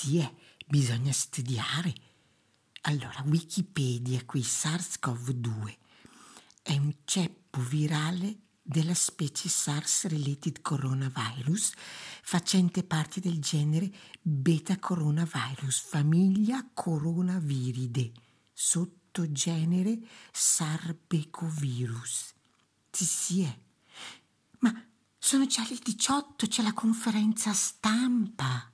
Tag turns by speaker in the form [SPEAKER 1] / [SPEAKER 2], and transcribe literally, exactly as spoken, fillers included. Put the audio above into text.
[SPEAKER 1] sì, eh, bisogna studiare. Allora, Wikipedia qui, SARS-CoV due è un ceppo virale della specie SARS-related coronavirus facente parte del genere beta coronavirus, famiglia coronaviridae, sottogenere sarbecovirus. Sì, sì, è. Ma sono già le diciotto, c'è la conferenza stampa.